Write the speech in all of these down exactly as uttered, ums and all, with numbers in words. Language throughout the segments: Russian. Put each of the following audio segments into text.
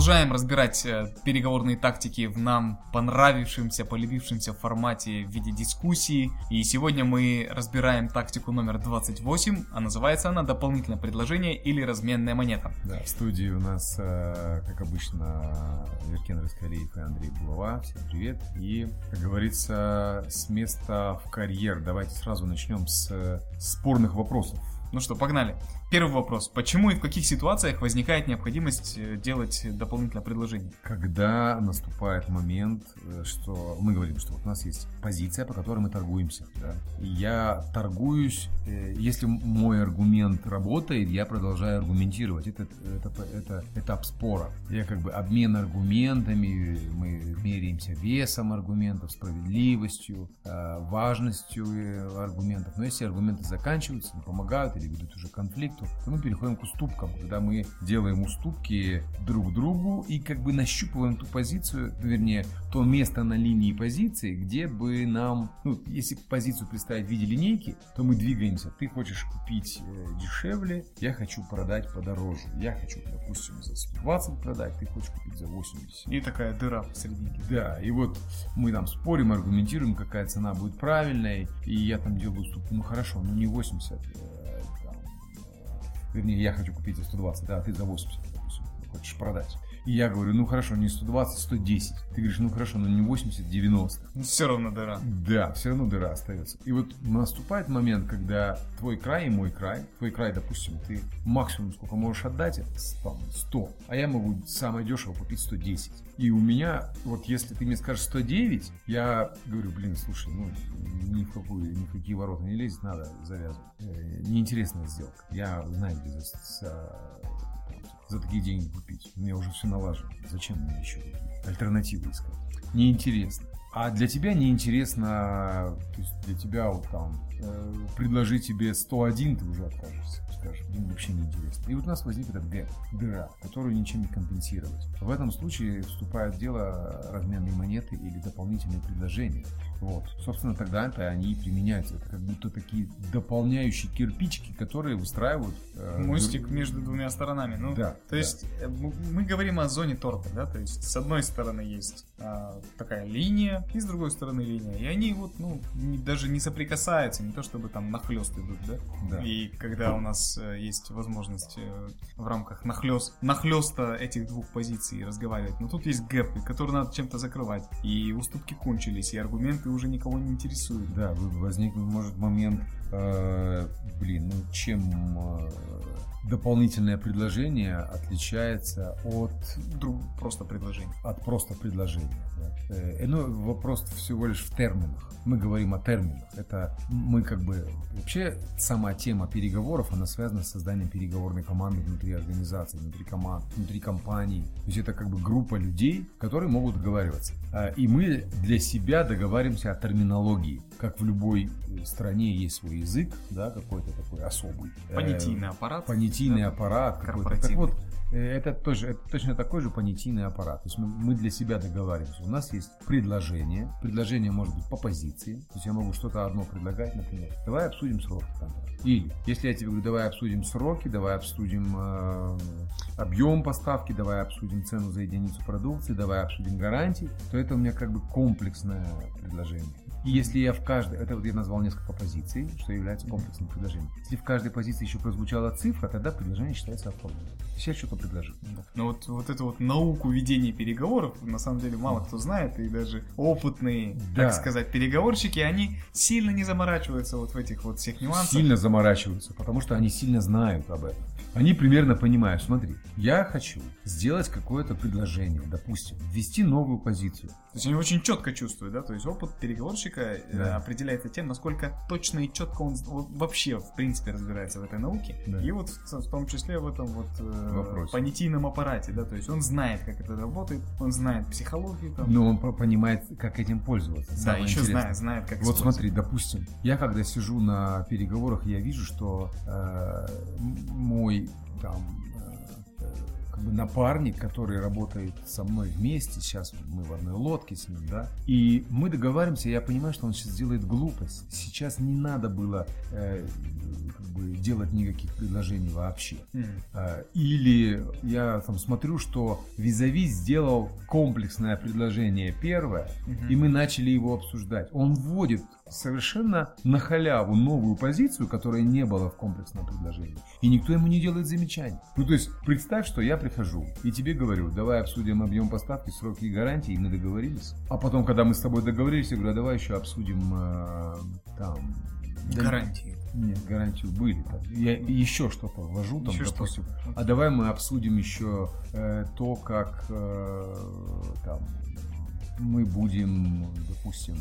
Продолжаем разбирать переговорные тактики в нам понравившемся, полюбившемся формате в виде дискуссии. И сегодня мы разбираем тактику номер двадцать восемь, а называется она «Дополнительное предложение» или «Разменная монета». Да, в студии у нас, как обычно, Еркен Рыскалиев и Андрей Булава. Всем привет. И, как говорится, с места в карьер. Давайте сразу начнем с спорных вопросов. Ну что, погнали. Первый вопрос. Почему и в каких ситуациях возникает необходимость делать дополнительное предложение? Когда наступает момент, что мы говорим, что вот у нас есть позиция, по которой мы торгуемся. Да? И я торгуюсь, если мой аргумент работает, я продолжаю аргументировать. Это, это, это этап спора. Я как бы обмен аргументами, мы меряемся весом аргументов, справедливостью, важностью аргументов. Но если аргументы заканчиваются, не помогают или ведут уже к конфликту, то мы переходим к уступкам, когда мы делаем уступки друг другу и как бы нащупываем ту позицию, вернее, то место на линии позиции, где бы нам, ну, если позицию представить в виде линейки, то мы двигаемся. Ты хочешь купить э, дешевле, я хочу продать подороже. Я хочу, допустим, за сто двадцать продать, ты хочешь купить за восемьдесят. И такая дыра посередине. Да, и вот мы там спорим, аргументируем, какая цена будет правильной, и я там делаю уступку. Ну хорошо, ну не восемьдесят. Вернее, я хочу купить за сто двадцать, да, а ты за восемьдесят, допустим, хочешь продать. И я говорю, ну хорошо, не сто двадцать, сто десять. Ты говоришь, ну хорошо, но не восемьдесят, девяносто. Ну, все равно дыра. Да, все равно дыра остается. И вот наступает момент, когда твой край и мой край, твой край, допустим, ты максимум сколько можешь отдать, это сто, а я могу самое дешево купить сто десять. И у меня, вот если ты мне скажешь сто девять, я говорю, блин, слушай, ну ни в какую, ни в какие ворота не лезть, надо завязывать. Неинтересная сделка. Я знаю, где за, за, за такие деньги купить. У меня уже все налажено. Зачем мне еще такие альтернативы искать? Неинтересно. А для тебя неинтересно, то есть для тебя вот там э, предложить тебе сто один, ты уже откажешься. Скажешь, блин, вообще неинтересно. И вот у нас возник этот гэп, дыра, которую ничем не компенсировать. В этом случае вступает в дело разменные монеты или дополнительные предложения. Вот. Собственно, тогда-то они и применяются. Это как будто такие дополняющие кирпичики, которые выстраивают... Э, мостик д... между двумя сторонами. Ну, да, то да. есть мы говорим о зоне торга, да? То есть с одной стороны есть а, такая линия, и с другой стороны линия. И они вот, ну, не, даже не соприкасаются, не то чтобы там нахлёст идут, да? Да. И когда у нас э, есть возможность э, в рамках нахлёст, нахлёста этих двух позиций разговаривать, но тут есть гэпы, которые надо чем-то закрывать. И уступки кончились, и аргументы уже никого не интересуют. Да, возникнет, может, момент, э, блин, ну чем э, дополнительное предложение отличается от... Друг, просто предложения. От просто предложения. Да? Э, ну, вопрос всего лишь в терминах. Мы говорим о терминах. Это мы как бы... Вообще, сама тема переговоров, она связана с созданием переговорной команды внутри организации, внутри команд, внутри компаний. То есть это как бы группа людей, которые могут договариваться. И мы для себя договариваемся о терминологии. Как в любой стране есть свой язык, да, какой-то такой особый. Понятийный аппарат. Понятийный да, аппарат. Какой-то. Так вот, это, тоже, это точно такой же понятийный аппарат. То есть мы, мы для себя договариваемся. У нас есть предложение. Предложение может быть по позиции. То есть я могу что-то одно предлагать, например. Давай обсудим сроки контракта. Или, если я тебе говорю, давай обсудим сроки, давай обсудим э, объем поставки, давай обсудим цену за единицу продукции, давай обсудим гарантии, то это у меня как бы комплексное предложение. И если я в каждой, это вот я назвал несколько позиций, что является комплексным предложением. Если в каждой позиции еще прозвучала цифра, тогда предложение считается оформленным. Я что-то предложил. Да. Но вот, вот эту вот науку ведения переговоров, на самом деле, мало кто знает, и даже опытные, да. так сказать, переговорщики, они сильно не заморачиваются вот в этих вот всех нюансах. Сильно заморачиваются, потому что они сильно знают об этом. Они примерно понимают, смотри, я хочу сделать какое-то предложение, допустим, ввести новую позицию. То есть они очень четко чувствуют, да, то есть опыт переговорщика да. определяется тем, насколько точно и четко он вообще, в принципе, разбирается в этой науке. Да. И вот в, в том числе в этом вот э, понятийном аппарате, да, то есть он знает, как это работает, он знает психологию. Там. Но он понимает, как этим пользоваться. Да, еще знает, знает, как вот смотри, допустим, я когда сижу на переговорах, я вижу, что э, мой там... бы напарник, который работает со мной вместе, сейчас мы в одной лодке с ним, да, и мы договариваемся, я понимаю, что он сейчас делает глупость. Сейчас не надо было э, как бы делать никаких предложений вообще. Mm. Или я там смотрю, что визави сделал комплексное предложение первое, mm-hmm. и мы начали его обсуждать. Он вводит совершенно на халяву новую позицию, которая не была в комплексном предложении. И никто ему не делает замечаний. Ну, то есть, представь, что я прихожу и тебе говорю, давай обсудим объем поставки, сроки и гарантии, и мы договорились. А потом, когда мы с тобой договорились, я говорю, а давай еще обсудим э, там... Гарантии. Нет, гарантию были. Там. Я еще что-то ввожу, там, еще допустим. Что-то. А давай мы обсудим еще э, то, как э, там, мы будем, допустим,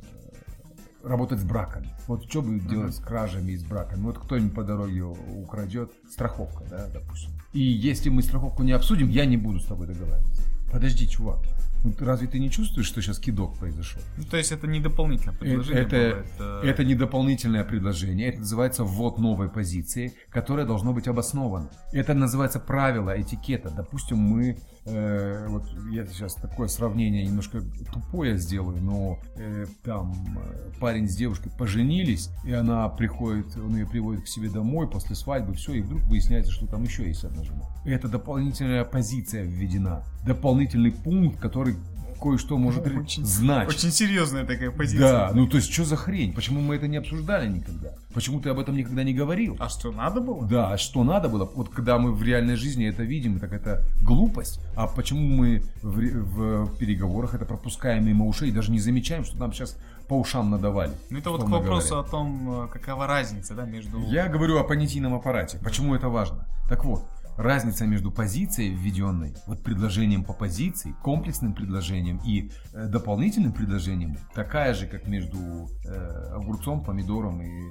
э, работать с браками. Вот что будет uh-huh. делать с кражами и с браками? Вот кто-нибудь по дороге украдет, страховка, да, допустим. И если мы страховку не обсудим, я не буду с тобой договариваться. Подожди, чувак. Разве ты не чувствуешь, что сейчас кидок произошел? Ну, то есть это не дополнительное предложение? Это, это... это не дополнительное предложение. Это называется ввод новой позиции, которая должна быть обоснована. Это называется правило этикета. Допустим, мы... Э, вот я сейчас такое сравнение немножко тупое сделаю, но э, там парень с девушкой поженились, и она приходит, он ее приводит к себе домой после свадьбы, все, и вдруг выясняется, что там еще есть одна жена. Это дополнительная позиция введена. Дополнительный пункт, который кое-что может очень, знать. Очень серьезная такая позиция. Да, ну то есть что за хрень? Почему мы это не обсуждали никогда? Почему ты об этом никогда не говорил? А что надо было? Да, а что надо было? Вот когда мы в реальной жизни это видим, так это глупость. А почему мы в, в переговорах это пропускаем мимо ушей и даже не замечаем, что нам сейчас по ушам надавали? Ну это вот к вопросу говоря. О том, какова разница, да, между... Я говорю о понятийном аппарате. Почему это важно? Так вот, разница между позицией введенной, вот предложением по позиции, комплексным предложением и э, дополнительным предложением такая же, как между э, огурцом, помидором и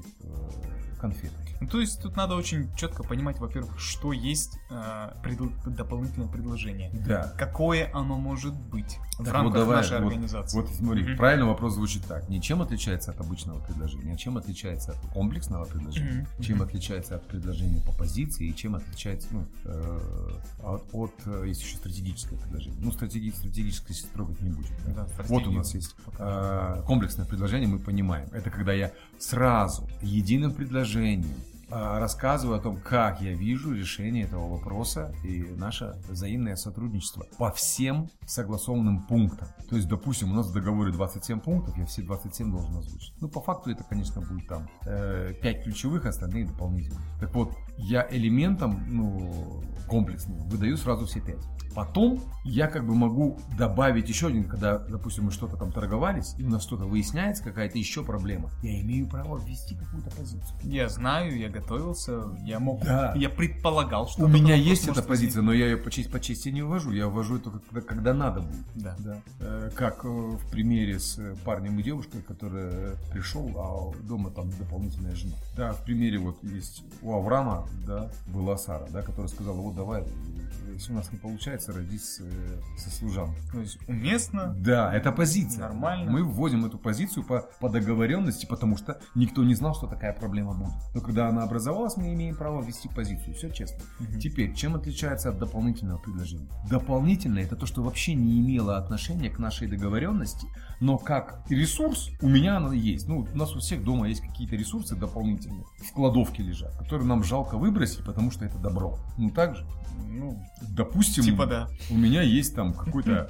э, конфетой. Ну, то есть тут надо очень четко понимать, во-первых, что есть э, пред... дополнительное предложение. Да. Какое оно может быть так в рамках вот давай, нашей вот, организации. Вот смотри, mm-hmm. правильно вопрос звучит так. Не чем отличается от обычного предложения, а чем отличается от комплексного предложения, mm-hmm. чем отличается от предложения по позиции и чем отличается ну, э, от, от, есть еще стратегическое предложение. Ну, стратеги, стратегическое трогать не будем. Да? Да, вот у нас есть э, комплексное предложение, мы понимаем. Это когда я сразу единым предложением рассказываю о том, как я вижу решение этого вопроса и наше взаимное сотрудничество по всем согласованным пунктам. То есть, допустим, у нас в договоре двадцать семь пунктов, я все двадцать семь должен озвучить. Ну, по факту это, конечно, будет там э, пять ключевых, остальные дополнительные. Так вот, я элементом ну, комплексным выдаю сразу все пять. Потом я как бы могу добавить еще один, когда, допустим, мы что-то там торговались, и у нас что-то выясняется, какая-то еще проблема. Я имею право ввести какую-то позицию. Я знаю, я готовился, я мог, да. я предполагал, что... У меня есть эта позиция, но я ее по честь по чести не ввожу, я ввожу это когда, когда надо будет. Да. Да. Э, как в примере с парнем и девушкой, который пришел, а дома там дополнительная жена. Да, в примере вот есть у Авраама, да, была Сара, да, которая сказала, вот давай, если у нас не получается, родись э, со служанкой. То есть уместно? Да, это позиция. Нормально. Мы вводим эту позицию по, по договоренности, потому что никто не знал, что такая проблема будет. Но когда она образовалась, мы имеем право ввести позицию. Все честно. Угу. Теперь, чем отличается от дополнительного предложения? Дополнительное — это то, что вообще не имело отношения к нашей договоренности, но как ресурс у меня оно есть. Ну, у нас у всех дома есть какие-то ресурсы дополнительные, в кладовке лежат, которые нам жалко выбросить, потому что это добро. Ну, так же? Ну, допустим, типа да. У меня есть там какой-то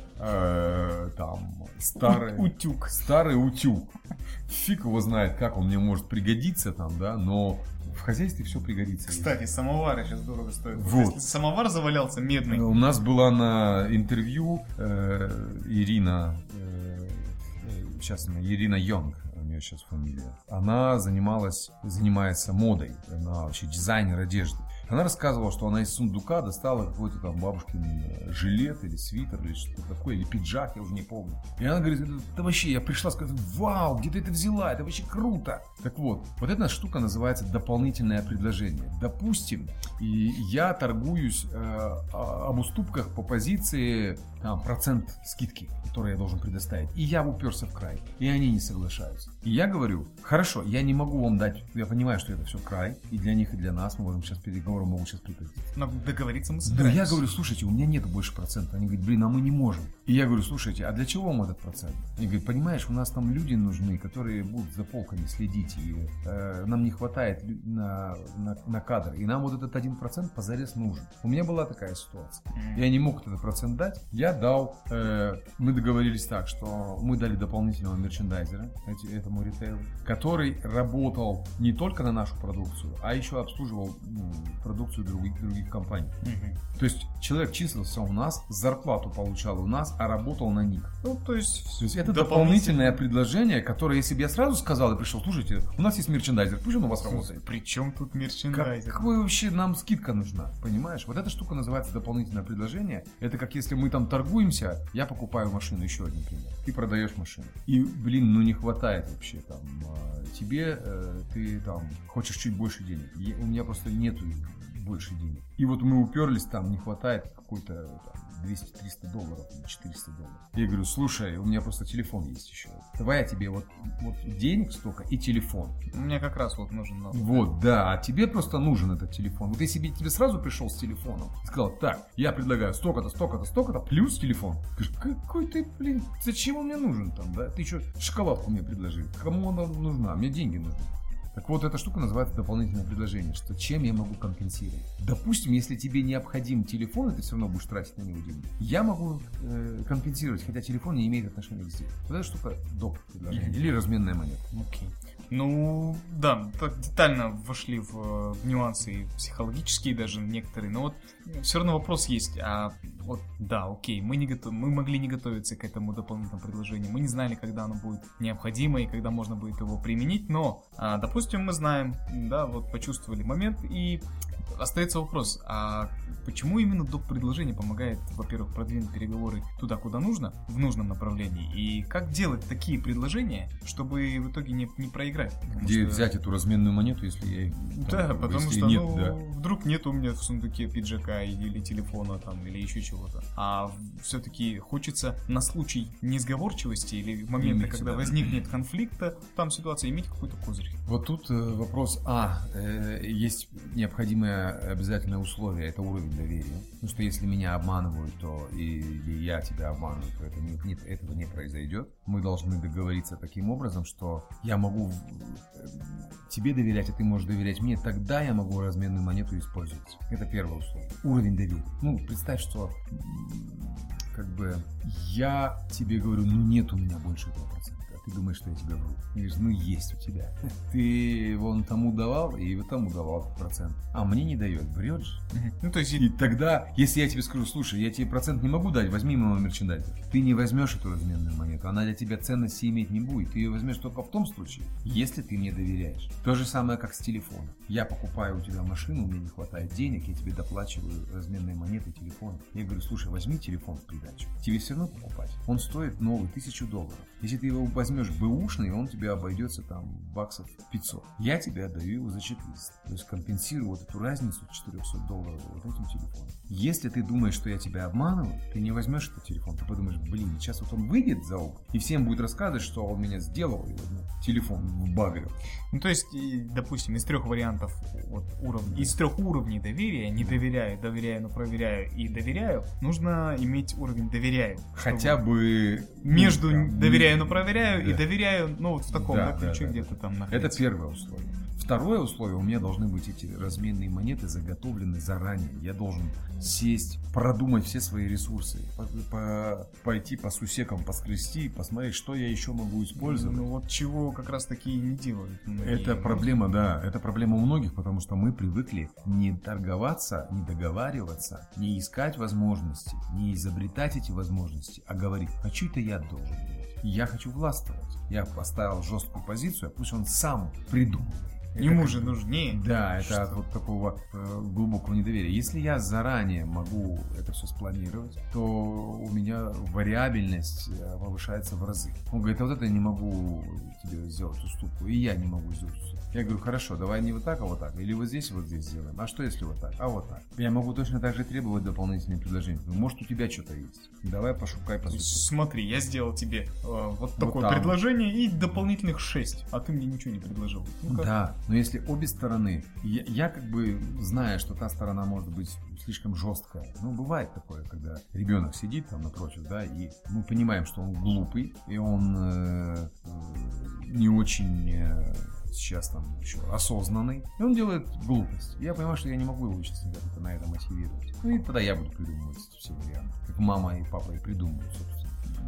э, там старый утюг. Старый утюг. Фиг его знает, как он мне может пригодиться там, да, но в хозяйстве все пригодится. Кстати, самовары сейчас дорого стоят. Вот. Если самовар завалялся медный. У нас была на интервью э, Ирина, э, сейчас она Ирина Йонг. У нее сейчас фамилия. Она занималась, занимается модой. Она вообще дизайнер одежды. Она рассказывала, что она из сундука достала какой-то там бабушкин жилет или свитер, или что-то такое, или пиджак, я уже не помню. И она говорит, это, это вообще, я пришла сказать, вау, где ты это взяла, это вообще круто. Так вот, вот эта штука называется дополнительное предложение. Допустим, и я торгуюсь э, об уступках по позиции там процент скидки, который я должен предоставить. И я уперся в край. И они не соглашаются. И я говорю, хорошо, я не могу вам дать, я понимаю, что это все край, и для них, и для нас, мы можем сейчас переговоры могут сейчас прекратить. Но договориться мы собираемся. Но я говорю, слушайте, у меня нет больше процента. Они говорят, блин, а мы не можем. И я говорю, слушайте, а для чего вам этот процент? Они говорят, понимаешь, у нас там люди нужны, которые будут за полками следить, и э, нам не хватает на, на, на кадр, и нам вот этот один процент позарез нужен. У меня была такая ситуация. Я не мог этот процент дать. Я дал, э, мы договорились так, что мы дали дополнительного мерчендайзера этому ритейлу, который работал не только на нашу продукцию, а еще обслуживал ну, продукцию других, других компаний. Mm-hmm. То есть человек числился у нас, зарплату получал у нас, а работал на них. Ну, то есть, то есть это дополнительное предложение, которое, если бы я сразу сказал и пришел, слушайте, у нас есть мерчендайзер, пусть он у вас работает. При чем тут мерчендайзер? Как, какой вообще нам скидка нужна, понимаешь? Вот эта штука называется дополнительное предложение. Это как если мы там торгуемся, я покупаю машину, еще один пример. Ты продаешь машину. И, блин, ну не хватает вообще там тебе, ты там хочешь чуть больше денег. Я, у меня просто нету больше денег. И вот мы уперлись, там не хватает какой-то двести-триста долларов, четыреста долларов. Я говорю, слушай, у меня просто телефон есть еще. Давай я тебе вот, вот денег столько и телефон. Мне как раз вот нужен новый. Вот, да, а тебе просто нужен этот телефон. Вот если бы тебе сразу пришел с телефоном и сказал, так, я предлагаю столько-то, столько-то, столько-то, плюс телефон. Ты говоришь, какой ты, блин, зачем он мне нужен там, да? Ты еще шоколадку мне предложи. Кому она нужна? Мне деньги нужны. Так вот, эта штука называется дополнительное предложение, что чем я могу компенсировать. Допустим, если тебе необходим телефон, и ты все равно будешь тратить на него деньги, я могу э, компенсировать, хотя телефон не имеет отношения к сделке. Вот эта штука доп. Предложение или разменная монета. Окей. Ну, да, так детально вошли в, в нюансы и психологические даже некоторые, но вот все равно вопрос есть. А вот, да, окей, мы, не готов, мы могли не готовиться к этому дополнительному предложению, мы не знали, когда оно будет необходимо и когда можно будет его применить, но, а, допустим, мы знаем, да, вот почувствовали момент, и остается вопрос, а почему именно доп. Предложение помогает, во-первых, продвинуть переговоры туда, куда нужно, в нужном направлении, и как делать такие предложения, чтобы в итоге не, не проиграть? Где что... взять эту разменную монету, если я... Да, там, потому если что, нет, ну, да. вдруг нет у меня в сундуке пиджака или телефона там, или еще чего-то. А все-таки хочется на случай несговорчивости или момента, когда да. возникнет конфликта, там ситуация, иметь какой-то козырь. Вот тут э, вопрос, а, э, есть необходимое обязательное условие, это уровень доверия. Потому что если меня обманывают, то и, или я тебя обманываю, то это не, не, этого не произойдет. Мы должны договориться таким образом, что я могу тебе доверять, а ты можешь доверять мне, тогда я могу разменную монету использовать. Это первое условие. Уровень доверия. Ну, представь, что как бы я тебе говорю, ну нет у меня больше этого процента. Ты думаешь, что я тебе вру. И говоришь, ну есть у тебя. Ты вон тому давал, и вот тому давал процент. А мне не дает. Врет же. Ну, то есть... И тогда, если я тебе скажу, слушай, я тебе процент не могу дать, возьми моего мерчендайзера. Ты не возьмешь эту разменную монету. Она для тебя ценности иметь не будет. Ты ее возьмешь только в том случае, если ты мне доверяешь. То же самое, как с телефоном. Я покупаю у тебя машину, у меня не хватает денег, я тебе доплачиваю разменные монеты и телефон. Я говорю, слушай, возьми телефон в придачу. Тебе все равно покупать. Он стоит новый, тысячу долларов. Если ты его возьмешь бэушный, он тебе обойдется там баксов пятьсот. Я тебе отдаю его за четыреста. То есть компенсирую вот эту разницу четыреста долларов вот этим телефоном. Если ты думаешь, что я тебя обманываю, ты не возьмешь этот телефон. Ты подумаешь, блин, сейчас вот он выйдет за угол и всем будет рассказывать, что он меня сделал и вот, ну, телефон в багре. Ну то есть, допустим, из трех вариантов вот, уровней, из трех уровней доверия, не доверяю, доверяю, но проверяю и доверяю, нужно иметь уровень доверяю. Хотя бы между ну, да, доверяю, но проверяю, да. и доверяю, ну вот в таком да, да, ключе да, где-то да. там находится. Это первое условие. Второе условие, у меня должны быть эти разменные монеты заготовлены заранее. Я должен сесть, продумать все свои ресурсы, по, по, пойти по сусекам, поскрести, посмотреть, что я еще могу использовать. Ну вот чего как раз таки и не делают. Это проблема, да, это проблема у многих, потому что мы привыкли не торговаться, не договариваться, не искать возможности, не изобретать эти возможности, а говорить, а что это я должен делать? Я хочу властвовать. Я поставил жесткую позицию, а пусть он сам придумает. Ему же нужнее. Да, это от вот такого э, глубокого недоверия. Если я заранее могу это все спланировать, то у меня вариабельность повышается в разы. Он говорит, а вот это я не могу тебе сделать уступку, и я не могу сделать уступку. Я говорю, хорошо, давай не вот так, а вот так. Или вот здесь, вот здесь сделаем. А что если вот так? А вот так. Я могу точно так же требовать дополнительные предложения. Может, у тебя что-то есть. Давай пошукай, по сути. Смотри, я сделал тебе э, вот, вот такое там предложение и дополнительных шесть, а ты мне ничего не предложил. Ну, да, но если обе стороны, я, я как бы знаю, что та сторона может быть слишком жесткая. Ну, бывает такое, когда ребенок сидит там напротив, да, и мы понимаем, что он глупый, и он э, не очень... Э, сейчас там еще осознанный, и он делает глупость. Я понимаю, что я не могу его, честно говоря, на это мотивировать. Ну и тогда я буду придумывать все варианты, как мама и папа и придумывают, собственно.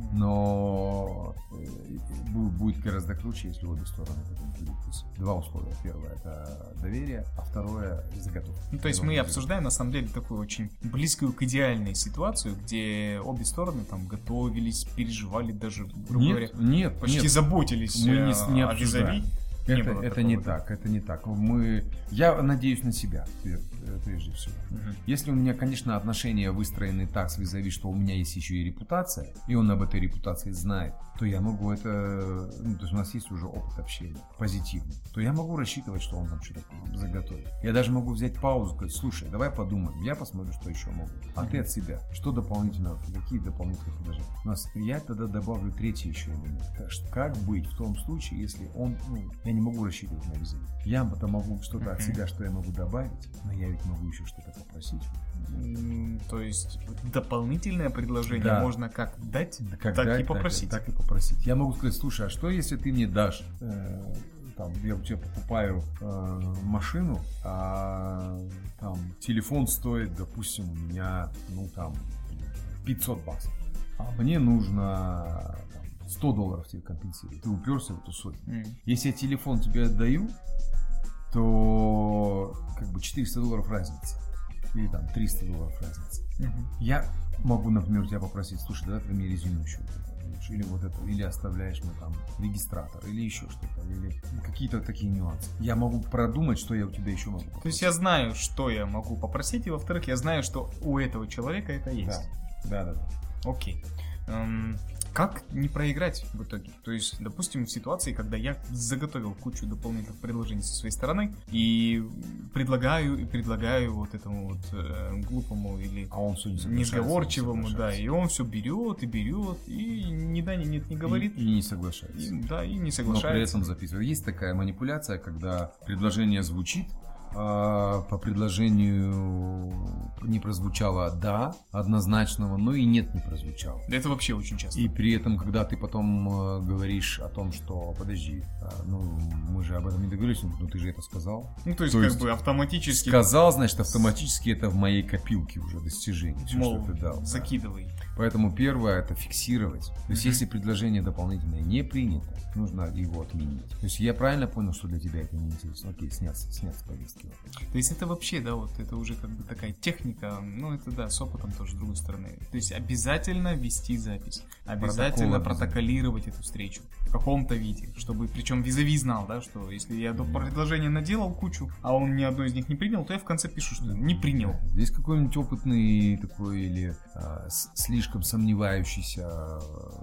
Но будет гораздо круче, если обе стороны к этому придут. Два условия. Первое — это доверие, а второе — заготовка. Ну, то есть мы обсуждаем, на самом деле, такую очень близкую к идеальной ситуацию, где обе стороны там готовились, переживали даже, грубо нет, говоря, нет, почти нет. заботились мы не, не о визави. Не это это не так, это не так. Мы, я надеюсь на себя, прежде всего. Uh-huh. Если у меня, конечно, отношения выстроены так с визави, что у меня есть еще и репутация, и он об этой репутации знает, то я могу это, ну, то есть у нас есть уже опыт общения позитивный, то я могу рассчитывать, что он там что-то заготовит. Я даже могу взять паузу, сказать, слушай, давай подумаем, я посмотрю, что еще могу. А uh-huh. ты от себя, что дополнительно, какие дополнительные предложения. У нас, я тогда добавлю третий еще элемент. Как быть в том случае, если он, ну, я не могу рассчитывать на визави. Я-то могу что-то uh-huh. от себя, что я могу добавить, но я ведь могу еще что-то попросить. Mm, то есть дополнительное предложение да. можно как дать, как так дать, и попросить. Так, так и попросить. Я могу сказать, слушай, а что если ты мне дашь, э, там, я у тебя покупаю э, машину, а там телефон стоит, допустим, у меня, ну там, пятьсот баксов, а мне нужно сто долларов тебе компенсировать. Ты уперся в эту сотню. Mm. Если я телефон тебе отдаю, то как бы четыреста долларов разница. Или там триста долларов разница. Mm-hmm. Я могу, например, тебя попросить, слушай, давай ты мне резину еще или вот это, или оставляешь мне там регистратор, или еще что-то, или какие-то такие нюансы. Я могу продумать, что я у тебя еще могу попросить. То есть я знаю, что я могу попросить, и во-вторых, я знаю, что у этого человека это есть. Да, да, да. Окей. Эм, как не проиграть в итоге? То есть, допустим, в ситуации, когда я заготовил кучу дополнительных предложений со своей стороны и предлагаю и предлагаю вот этому вот э, глупому или а он все не несговорчивому, да, и он все берет и берет и ни да, ни нет не говорит. И, и не соглашается. И, да, и не соглашается. Но при этом записывает. Есть такая манипуляция, когда предложение звучит, по предложению не прозвучало «да» однозначного, но и «нет» не прозвучало. Это вообще очень часто. И при этом, когда ты потом говоришь о том, что подожди, ну мы же об этом не договорились, ну ты же это сказал. Ну то есть то как есть, бы автоматически... Сказал, значит автоматически это в моей копилке уже достижений. Все, мол, что ты дал. закидывай. Да. Поэтому первое — это фиксировать. То есть, mm-hmm. если предложение дополнительное не принято, нужно его отменить. То есть, я правильно понял, что для тебя это не интересно? Окей, сняться, сняться с повестки. То есть, это вообще, да, вот это уже как бы такая техника, ну, это да, с опытом тоже с другой стороны. То есть, обязательно вести запись, обязательно протоколировать эту встречу в каком-то виде, чтобы, причем визави знал, да, что если я до предложения наделал кучу, а он ни одно из них не принял, то я в конце пишу, что не принял. Здесь какой-нибудь опытный такой или а, слишком сомневающийся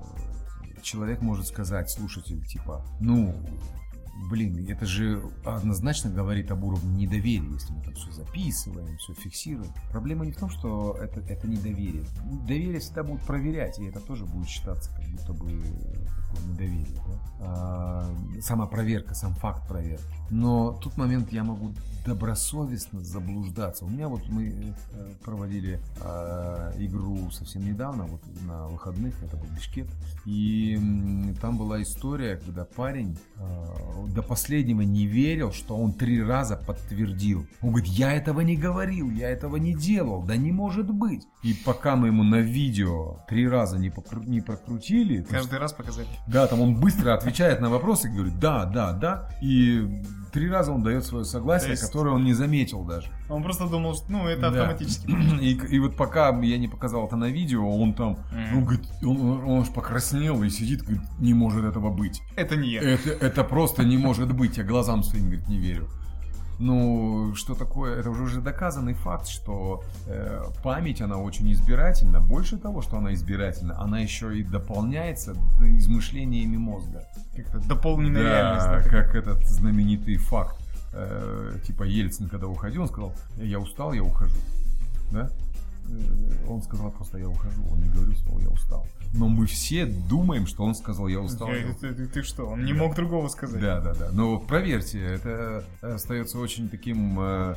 человек может сказать, слушатель, типа, ну, блин, это же однозначно говорит об уровне недоверия, если мы там все записываем, все фиксируем. Проблема не в том, что это, это недоверие. Доверие всегда будут проверять, и это тоже будет считаться как будто бы такое недоверие. Да? А, сама проверка, сам факт проверки. Но в тот момент я могу добросовестно заблуждаться. У меня вот мы проводили э, игру совсем недавно, вот на выходных, это был Бишкек, и м, там была история, когда парень э, до последнего не верил, что он три раза подтвердил. Он говорит, я этого не говорил, я этого не делал, да не может быть. И пока мы ему на видео три раза не, покру- не прокрутили... Каждый раз показали. Да, там он быстро отвечает на вопросы и говорит, да, да, да, и... Три раза он дает свое согласие, есть... которое он не заметил даже. Он просто думал, что ну, это да. автоматически. И, и вот пока я не показал это на видео, он там, mm. он говорит, он, он аж покраснел и сидит, говорит, не может этого быть. Это не я. Это, это просто не может быть, я глазам своим, говорит, не верю. Ну, что такое? Это уже, уже доказанный факт, что э, память, она очень избирательна. Больше того, что она избирательна, она еще и дополняется измышлениями мозга. Как-то дополненная да, реальность. Да, как этот знаменитый факт. Э, типа Ельцин, когда уходил, он сказал: я устал, я ухожу. Да? Он сказал просто: я ухожу. Он не говорил слово «я устал». Но мы все думаем, что он сказал «я устал». Ты, ты, ты, ты что? Он не да. мог другого сказать. Да, да, да. Но проверьте, это остается очень таким э,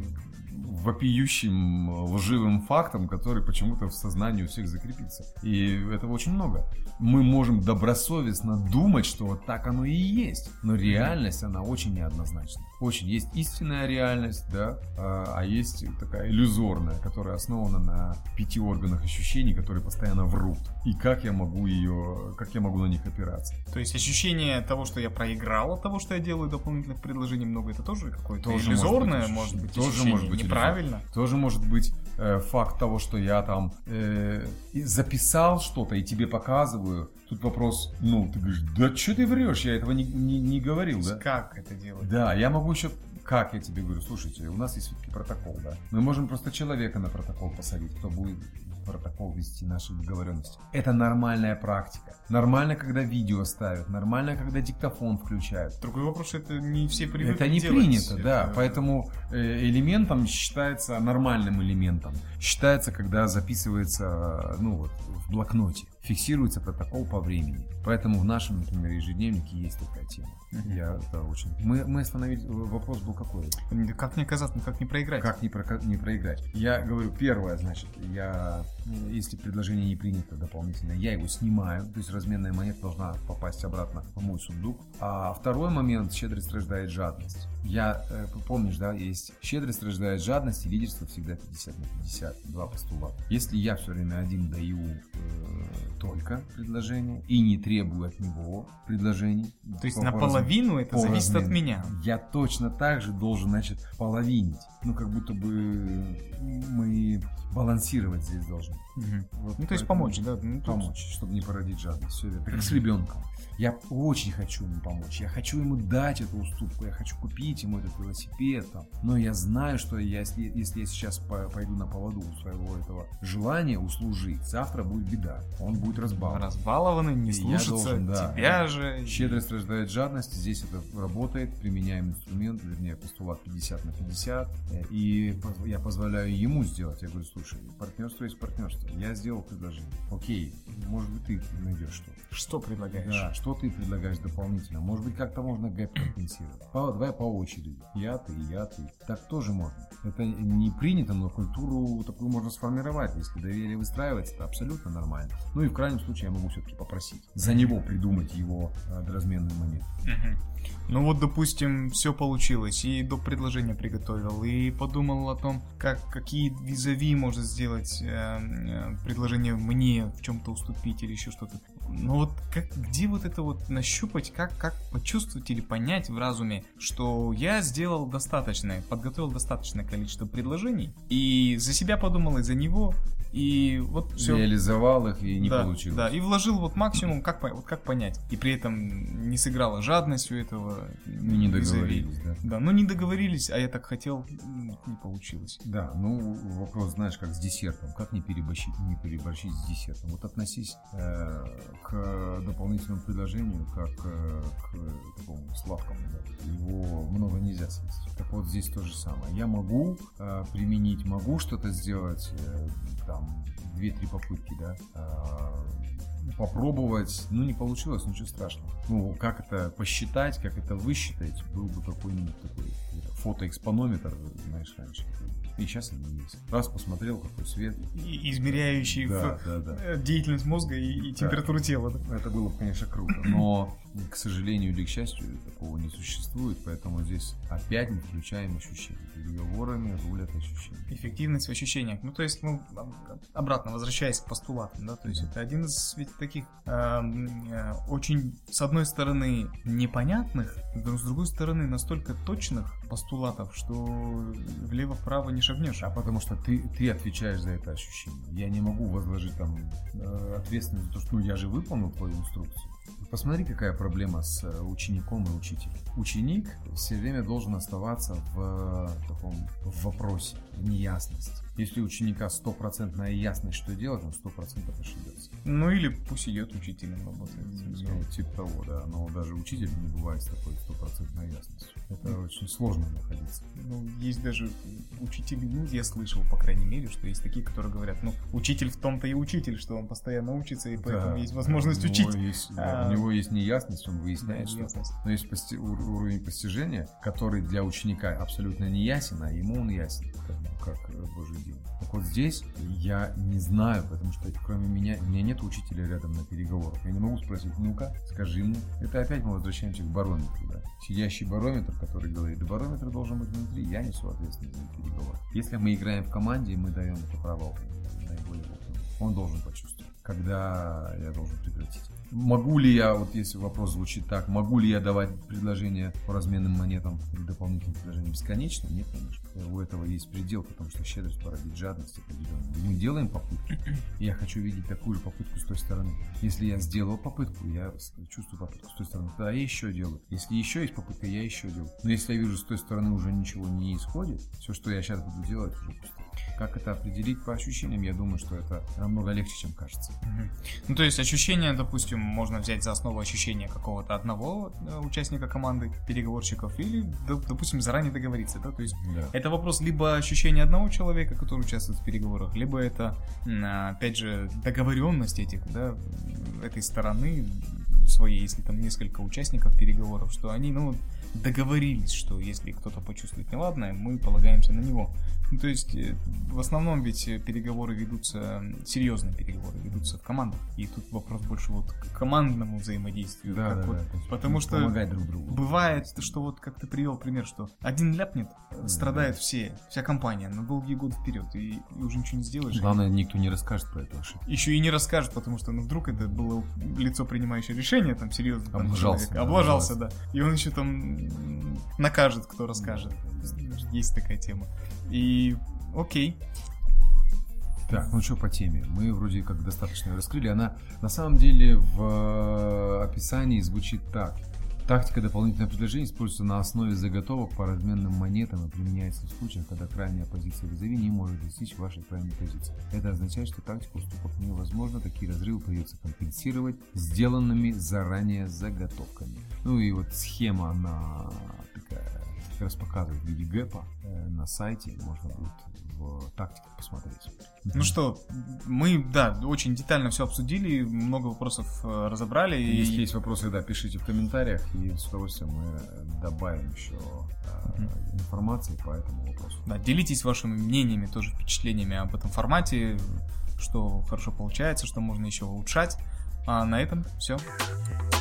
вопиющим, лживым фактом, который почему-то в сознании у всех закрепится. И этого очень много. Мы можем добросовестно думать, что вот так оно и есть. Но реальность, она очень неоднозначна. Очень. Есть истинная реальность, да, а есть такая иллюзорная, которая основана на пяти органах ощущений, которые постоянно врут. И как я могу ее, как я могу на них опираться? То есть ощущение того, что я проиграл от того, что я делаю дополнительных предложений много, это тоже какое-то тоже иллюзорное, может быть, тоже ощущение, может быть неправильно? Иллюзор. Тоже может быть э, факт того, что я там э, записал что-то и тебе показываю. Тут вопрос, ну, ты говоришь: да что ты врешь, я этого не, не, не говорил, да? Как это делать? Да, я могу еще, как я тебе говорю, слушайте, у нас есть все-таки протокол, да? Мы можем просто человека на протокол посадить, кто будет протокол вести наши договоренности. Это нормальная практика. Нормально, когда видео ставят, нормально, когда диктофон включают. Другой вопрос, это не все привыкли Это не делать. принято, это... да, поэтому элементом считается, нормальным элементом считается, когда записывается, ну вот, в блокноте, фиксируется протокол по времени. Поэтому в нашем, например, ежедневнике есть такая тема. Uh-huh. Я это очень. Мы, мы остановили. Вопрос был какой? Как не оказаться, как не проиграть? Как не, про... не проиграть? Я говорю, первое, значит, я, если предложение не принято дополнительно, я его снимаю, то есть разменная монета должна попасть обратно в мой сундук. А второй момент: щедрость рождает жадность. Я, э, помнишь, да, есть щедрость рождает жадность, и лидерство всегда пятьдесят на пятьдесят, два постулата. Если я все время один даю э, только предложение и не требую от него предложений, то есть наполовину это зависит от меня. Я точно так же должен, значит, половинить. Ну, как будто бы мы балансировать здесь должны. Угу. Вот, ну, то есть помочь, да? Ну, помочь, тут... чтобы не породить жадность. Все верно. Как с ребенком. Я очень хочу ему помочь. Я хочу ему дать эту уступку. Я хочу купить ему этот велосипед. Там. Но я знаю, что я, если, если я сейчас пойду на поводу у своего этого желания услужить, завтра будет беда. Он будет разбалован. Разбалованный, не слушаться должен, да, тебя же. Щедрость рождает жадность. Здесь это работает. Применяем инструмент, вернее, постулат пятьдесят на пятьдесят. И я позволяю ему сделать. Я говорю: слушай, партнерство есть партнерство. Я сделал предложение. Окей, может быть, ты найдешь что-то. Что предлагаешь? Да, что ты предлагаешь дополнительно? Может быть, как-то можно гэп компенсировать. По, давай по очереди. Я, ты, я, ты. Так тоже можно. Это не принято, но культуру такую можно сформировать. Если доверие выстраивается, это абсолютно нормально. Ну и в крайнем случае я могу все-таки попросить за него придумать его э, разменную монету. Ну вот, допустим, все получилось, и до предложения приготовил, и подумал о том, как, какие визави можно сделать, э, э, предложение мне в чем-то уступить или еще что-то. Но вот как, где вот это вот нащупать, как, как почувствовать или понять в разуме, что я сделал достаточное, подготовил достаточное количество предложений, и за себя подумал, и за него, и вот все. Реализовал их и не да, получилось. Да, и вложил вот максимум, как, вот как понять. И при этом не сыграла жадность у этого. Мы не договорились, да. Да, ну не договорились, а я так хотел, не получилось. Да, ну вопрос, знаешь, как с десертом. Как не переборщить, не переборщить с десертом? Вот относись э, к дополнительному предложению, как э, к такому сладкому. Да. Его много нельзя съесть. Так вот здесь то же самое. Я могу э, применить, могу что-то сделать, э, там, две-три попытки, да, э, попробовать, ну не получилось, ничего страшного. Ну, как это посчитать, как это высчитать, был бы какой-нибудь такой фотоэкспонометр, знаешь, раньше. И сейчас они есть. Раз посмотрел, какой свет. И измеряющий да, да, да. деятельность мозга и, и температуру да. тела. Да? Это было бы, конечно, круто. Но, к сожалению или к счастью, такого не существует. Поэтому здесь опять мы включаем ощущения. Переговорами рулят ощущения. Эффективность в ощущениях. Ну, то есть, ну, обратно, возвращаясь к постулатам, да, то есть, это один из ведь таких э, э, очень, с одной стороны, непонятных, но с другой стороны, настолько точных постулатов, что влево-вправо не шагнешь. А потому что ты, ты отвечаешь за это ощущение. Я не могу возложить там ответственность за то, что ну, я же выполнил твою инструкцию. Посмотри, какая проблема с учеником и учителем. Ученик все время должен оставаться в таком в вопросе, в неясности. Если у ученика стопроцентная ясность, что делать, он сто процентов ошибется. Ну или пусть идет учителем работает. Ну, типа того, да. Но даже учитель не бывает с такой стопроцентной ясностью. Это mm. очень сложно находиться. Ну, есть даже учители, ну, я слышал, по крайней мере, что есть такие, которые говорят, ну, учитель в том-то и учитель, что он постоянно учится, и поэтому да, есть возможность у учить. Есть, а, у него есть неясность, он выясняет, да, что... Но есть пости... уровень постижения, который для ученика абсолютно не ясен, а ему он ясен, как, как Божий день. Так вот здесь я не знаю, потому что кроме меня, у меня нет учителя рядом на переговорах. Я не могу спросить, ну-ка, скажи ему. Это опять мы возвращаемся к барометру, да. Сидящий барометр, который говорит, да, барометр должен быть внутри, я несу ответственность за переговоры. Если мы играем в команде, мы даем это право наиболее опытному. Он должен почувствовать, когда я должен прекратить. Могу ли я, вот если вопрос звучит так, могу ли я давать предложения по разменным монетам или дополнительным предложениям бесконечно? Нет, конечно. У этого есть предел, потому что щедрость породит жадность определенную. Мы делаем попытки, и я хочу видеть такую же попытку с той стороны. Если я сделал попытку, я чувствую попытку с той стороны, тогда я еще делаю. Если еще есть попытка, я еще делаю. Но если я вижу, с той стороны уже ничего не исходит, все, что я сейчас буду делать, уже пусто. Как это определить по ощущениям? Я думаю, что это намного легче, чем кажется. Угу. Ну, то есть ощущения, допустим, можно взять за основу ощущения какого-то одного участника команды, переговорщиков, или, допустим, заранее договориться, да? То есть да. Это вопрос либо ощущения одного человека, который участвует в переговорах, либо это, опять же, договоренность этих, да, этой стороны своей, если там несколько участников переговоров, что они, ну, договорились, что если кто-то почувствует неладное, мы полагаемся на него. Ну, то есть, в основном ведь переговоры ведутся, серьезные переговоры ведутся в командах. И тут вопрос больше вот к командному взаимодействию. Да, да, вот, да, потому что помогать друг другу. Бывает, что вот, как ты привел пример, что один ляпнет, страдают все, вся компания на долгие годы вперед, и, и уже ничего не сделаешь. Главное, никто не расскажет про эту ошибку. Еще и не расскажет, потому что, ну, вдруг это было лицо, принимающее решение, там, серьезно. Там, облажался. Человек, облажался, да. И он еще там накажет, кто расскажет. Есть такая тема. И окей. Так, ну что по теме? Мы вроде как достаточно раскрыли. Она на самом деле в описании звучит так. Тактика дополнительного предложения используется на основе заготовок по разменным монетам и применяется в случаях, когда крайняя позиция визави не может достичь вашей крайней позиции. Это означает, что тактика уступок невозможна, такие разрывы придется компенсировать сделанными заранее заготовками. Ну и вот схема, она такая, как раз показывает в виде гэпа на сайте, можно будет в тактике посмотреть. Ну что, мы, да, очень детально все обсудили, много вопросов разобрали. Если и... есть вопросы, да, пишите в комментариях, и с удовольствием мы добавим еще mm-hmm. информации по этому вопросу. Да, делитесь вашими мнениями, тоже впечатлениями об этом формате, что хорошо получается, что можно еще улучшать. А на этом все.